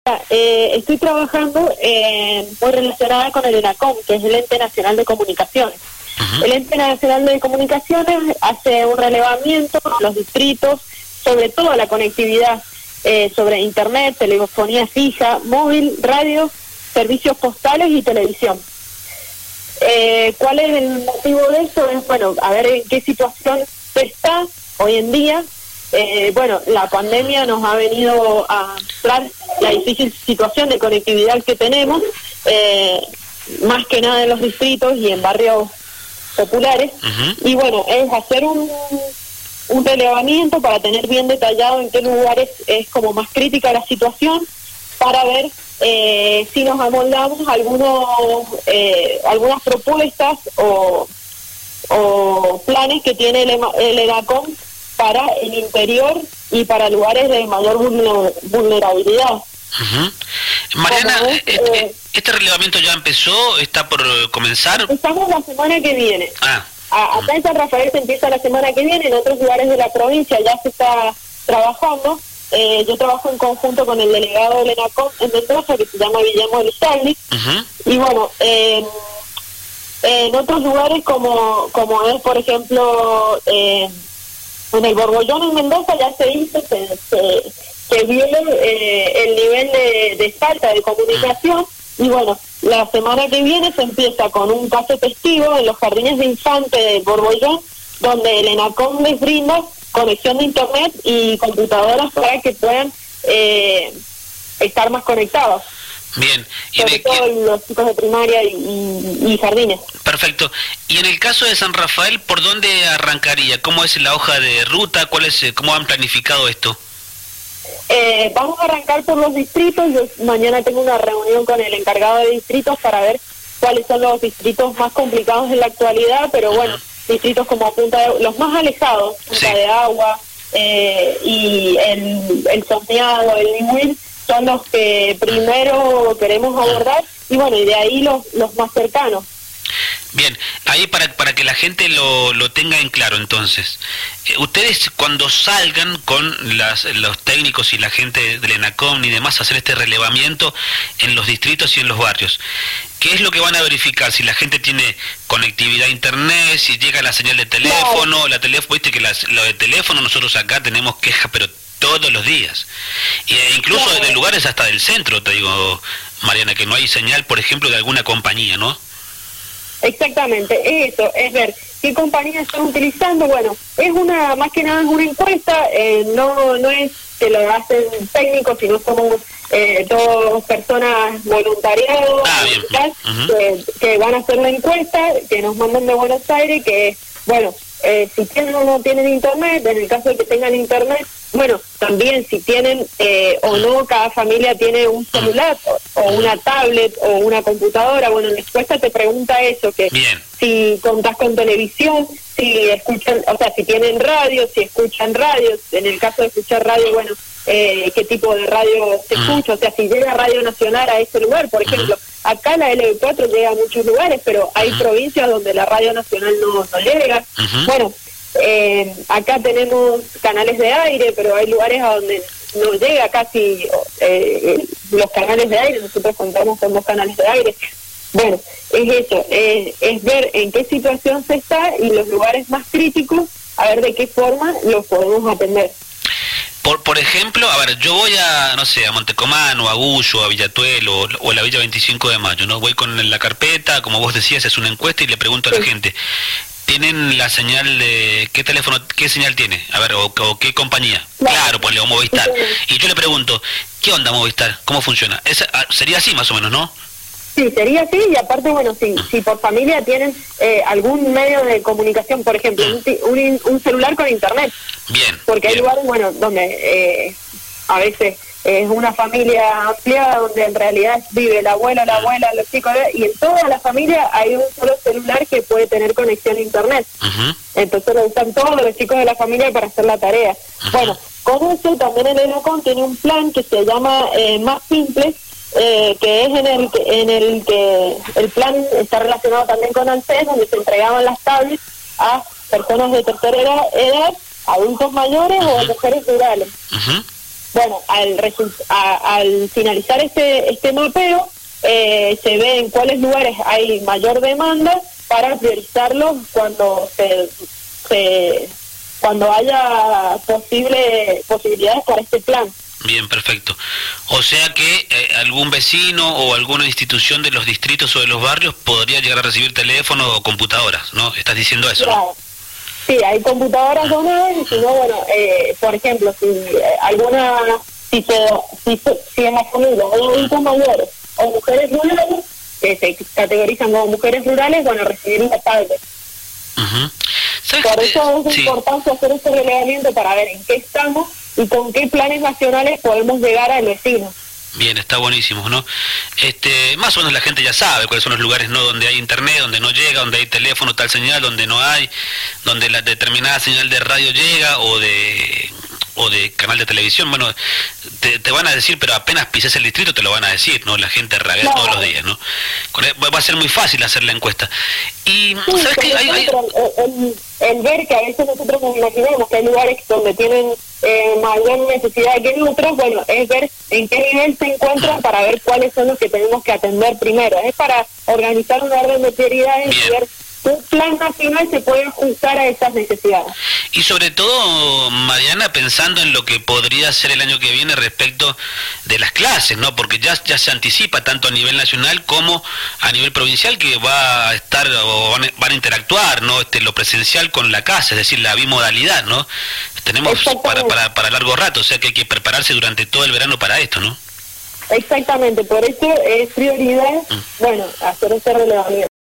Estoy trabajando muy relacionada con el ENACOM, que es el Ente Nacional de Comunicaciones. El Ente Nacional de Comunicaciones hace un relevamiento en los distritos sobre toda la conectividad, sobre internet, telefonía fija, móvil, radio, servicios postales y televisión. ¿Cuál es el motivo de eso? Es, bueno, a ver en qué situación está hoy en día. La pandemia nos ha venido a mostrar la difícil situación de conectividad que tenemos, más que nada en los distritos y en barrios populares. Y bueno, es hacer un relevamiento para tener bien detallado en qué lugares es como más crítica la situación, para ver si nos amoldamos algunas propuestas o planes que tiene el ENACOM para el interior y para lugares de mayor vulnerabilidad. Mariana, ¿este relevamiento ya empezó? ¿Está por comenzar? Empezamos la semana que viene. Acá en San Rafael se empieza la semana que viene, en otros lugares de la provincia ya se está trabajando. Yo trabajo en conjunto con el delegado del ENACOM en Mendoza, que se llama Guillermo Elizalde. Y bueno, en otros lugares como es, por ejemplo, en el Borbollón en Mendoza ya se hizo, se vio el nivel de falta de comunicación. Y bueno, la semana que viene se empieza con un caso testigo en los jardines de infantes del Borbollón, donde el ENACOM les brinda conexión de internet y computadoras para que puedan estar más conectados. Bien. Sobre todo los chicos de primaria y jardines. Perfecto. Y en el caso de San Rafael, ¿por dónde arrancaría? ¿Cómo es la hoja de ruta? ¿Cómo han planificado esto? Vamos a arrancar por los distritos. Yo mañana tengo una reunión con el encargado de distritos para ver cuáles son los distritos más complicados en la actualidad, pero bueno, distritos como los más alejados, Punta de Agua y el Soñado, el Nihuil, son los que primero queremos abordar, y bueno, y de ahí los más cercanos. Bien, ahí para que la gente lo tenga en claro, entonces, ustedes cuando salgan con los técnicos y la gente del ENACOM y demás a hacer este relevamiento en los distritos y en los barrios, ¿qué es lo que van a verificar? Si la gente tiene conectividad a internet, si llega la señal de teléfono, viste que lo de teléfono nosotros acá tenemos quejas, pero todos los días, e incluso de lugares hasta del centro, te digo, Mariana, que no hay señal, por ejemplo, de alguna compañía, ¿no? Exactamente, eso, es ver qué compañías están utilizando. Bueno, más que nada es una encuesta, no es que lo hacen técnicos, sino somos dos personas voluntariados que van a hacer la encuesta, que nos mandan de Buenos Aires, que bueno, si tienen o no tienen internet, en el caso de que tengan internet, bueno, también si tienen o no, cada familia tiene un celular o una tablet o una computadora. Bueno, en la encuesta te pregunta eso, que si contás con televisión, si escuchan, o sea, si tienen radio, si escuchan radio, en el caso de escuchar radio, bueno, qué tipo de radio se escucha, o sea, si llega Radio Nacional a ese lugar, por ejemplo. Acá la LB4 llega a muchos lugares, pero hay provincias donde la Radio Nacional no llega. Bueno, acá tenemos canales de aire, pero hay lugares a donde no llega casi los canales de aire. Nosotros contamos con 2 canales de aire. Bueno, es eso, es ver en qué situación se está y los lugares más críticos, a ver de qué forma los podemos atender. Por ejemplo, a ver, yo voy a, no sé, a Montecomán o a Gullo, a Villatuel o a la Villa 25 de Mayo, ¿no? Voy con la carpeta, como vos decías, es una encuesta y le pregunto a la gente, ¿tienen la señal de qué teléfono, qué señal tiene? A ver, o qué compañía. Claro, ponle o Movistar. Y yo le pregunto, ¿qué onda Movistar? ¿Cómo funciona? Sería así más o menos, ¿no? Sí, sería así, y aparte, bueno, si por familia tienen algún medio de comunicación, por ejemplo, un celular con internet. Bien. Porque hay lugares, bueno, donde a veces es una familia ampliada, donde en realidad vive la abuela, los chicos, y en toda la familia hay un solo celular que puede tener conexión a internet. Entonces lo usan todos los chicos de la familia para hacer la tarea. Bueno, con eso también el ENACOM tiene un plan que se llama Más Simple, que es en el que el plan está relacionado también con ANSES, donde se entregaban las tablets a personas de tercera edad, adultos mayores o a mujeres rurales. bueno, al finalizar este mapeo, se ve en cuáles lugares hay mayor demanda para priorizarlos cuando haya posibilidades para este plan. Bien, perfecto. O sea que algún vecino o alguna institución de los distritos o de los barrios podría llegar a recibir teléfonos o computadoras, ¿no? ¿Estás diciendo eso? Claro. ¿No? Sí, hay computadoras donadas, y si no, bueno, por ejemplo, si en la familia hay adultos mayores o mujeres rurales, que se categorizan como mujeres rurales, bueno, recibir una tablet. Por eso es importante hacer este relevamiento para ver en qué estamos y con qué planes nacionales podemos llegar al vecino. Bien, está buenísimo, ¿no? Más o menos la gente ya sabe cuáles son los lugares, ¿no? Donde hay internet, donde no llega, donde hay teléfono, tal señal, donde no hay, donde la determinada señal de radio llega o de canal de televisión. Bueno, te van a decir, pero apenas pises el distrito te lo van a decir, ¿no? La gente rabia todos los días, ¿no? Va a ser muy fácil hacer la encuesta. Y, sí, ¿sabes qué? El ver que a veces nosotros nos imaginamos que hay lugares donde tienen mayor necesidad que en otros, bueno, es ver en qué nivel se encuentran para ver cuáles son los que tenemos que atender primero. Es para organizar un orden de prioridades y ver qué plan nacional se puede ajustar a esas necesidades. Y sobre todo, Mariana, pensando en lo que podría ser el año que viene respecto de las clases, ¿no? Porque ya se anticipa tanto a nivel nacional como a nivel provincial que va a estar o van a interactuar, ¿no? Lo presencial con la casa, es decir, la bimodalidad, ¿no? Tenemos para largo rato, o sea que hay que prepararse durante todo el verano para esto, ¿no? Exactamente, por eso es prioridad, bueno, hacer ese relevamiento.